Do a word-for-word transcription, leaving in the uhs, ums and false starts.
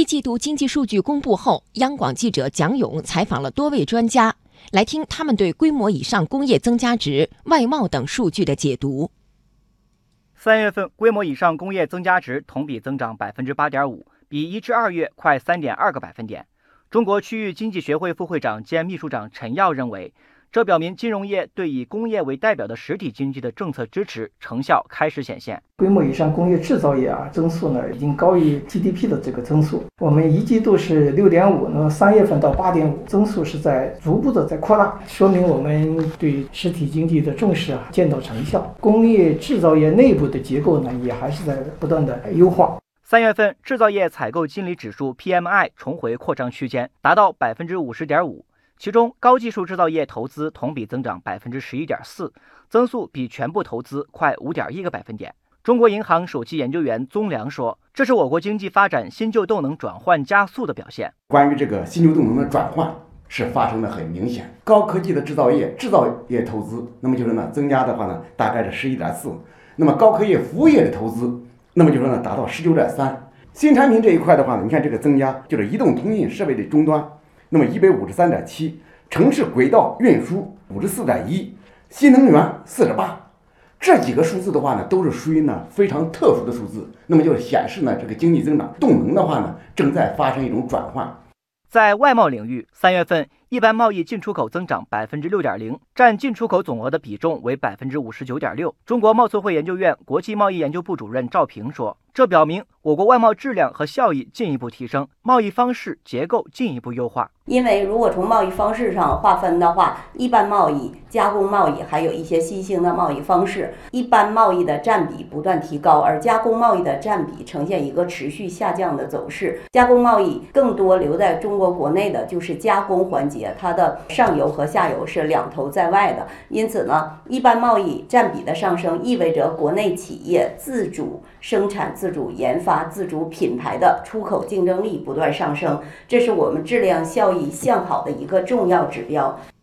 季度经济数据公布后，央广记者蒋勇采访了多位专家，来听他们对规模以上工业增加值、外贸等数据的解读。 三月份规模以上工业增加值同比增长 百分之八点五， 比一至二月快 三点二个百分点。中国区域经济学会副会长兼秘书长陈耀认为，这表明金融业对以工业为代表的实体经济的政策支持成效开始显现。 规模以上工业制造业啊，增速呢已经高于 G D P 的这个增速。我们一季度是 六点五， 那么三月份到 八点五， 增速是在逐步的在扩大，说明我们对实体经济的重视啊见到成效。工业制造业内部的结构呢，也还是在不断的优化。 三月份制造业采购经理指数 P M I 重回扩张区间，达到 百分之五十点五。其中高技术制造业投资同比增长 百分之十一点四， 增速比全部投资快 五点一个百分点。中国银行首席研究员宗良说，这是我国经济发展新旧动能转换加速的表现。 关于这个新旧动能的转换是发生的很明显，高科技的制造业制造业投资，那么就是呢增加的话呢大概是 十一点四， 那么高科技服务业的投资，那么就是呢达到 十九点三。 新产品这一块的话呢，你看这个增加就是移动通信设备的终端，那么一百五十三点七， 城市轨道运输 五十四点一， 新能源 四十八， 这几个数字的话呢都是属于呢非常特殊的数字，那么就是显示呢这个经济增长动能的话呢正在发生一种转换。 在外贸领域，三月份一般贸易进出口增长 百分之六点零， 占进出口总额的比重为 百分之五十九点六。 中国贸促会研究院国际贸易研究部主任赵平说，这表明我国外贸质量和效益进一步提升，贸易方式结构进一步优化。 因为如果从贸易方式上划分的话，一般贸易、加工贸易还有一些新兴的贸易方式，一般贸易的占比不断提高，而加工贸易的占比呈现一个持续下降的走势。加工贸易更多留在中国国内的就是加工环节，它的上游和下游是两头在外的，因此呢，一般贸易占比的上升意味着国内企业自主生产、自主研发、自主品牌的出口竞争力不断上升，这是我们质量效益向好的一个重要指标。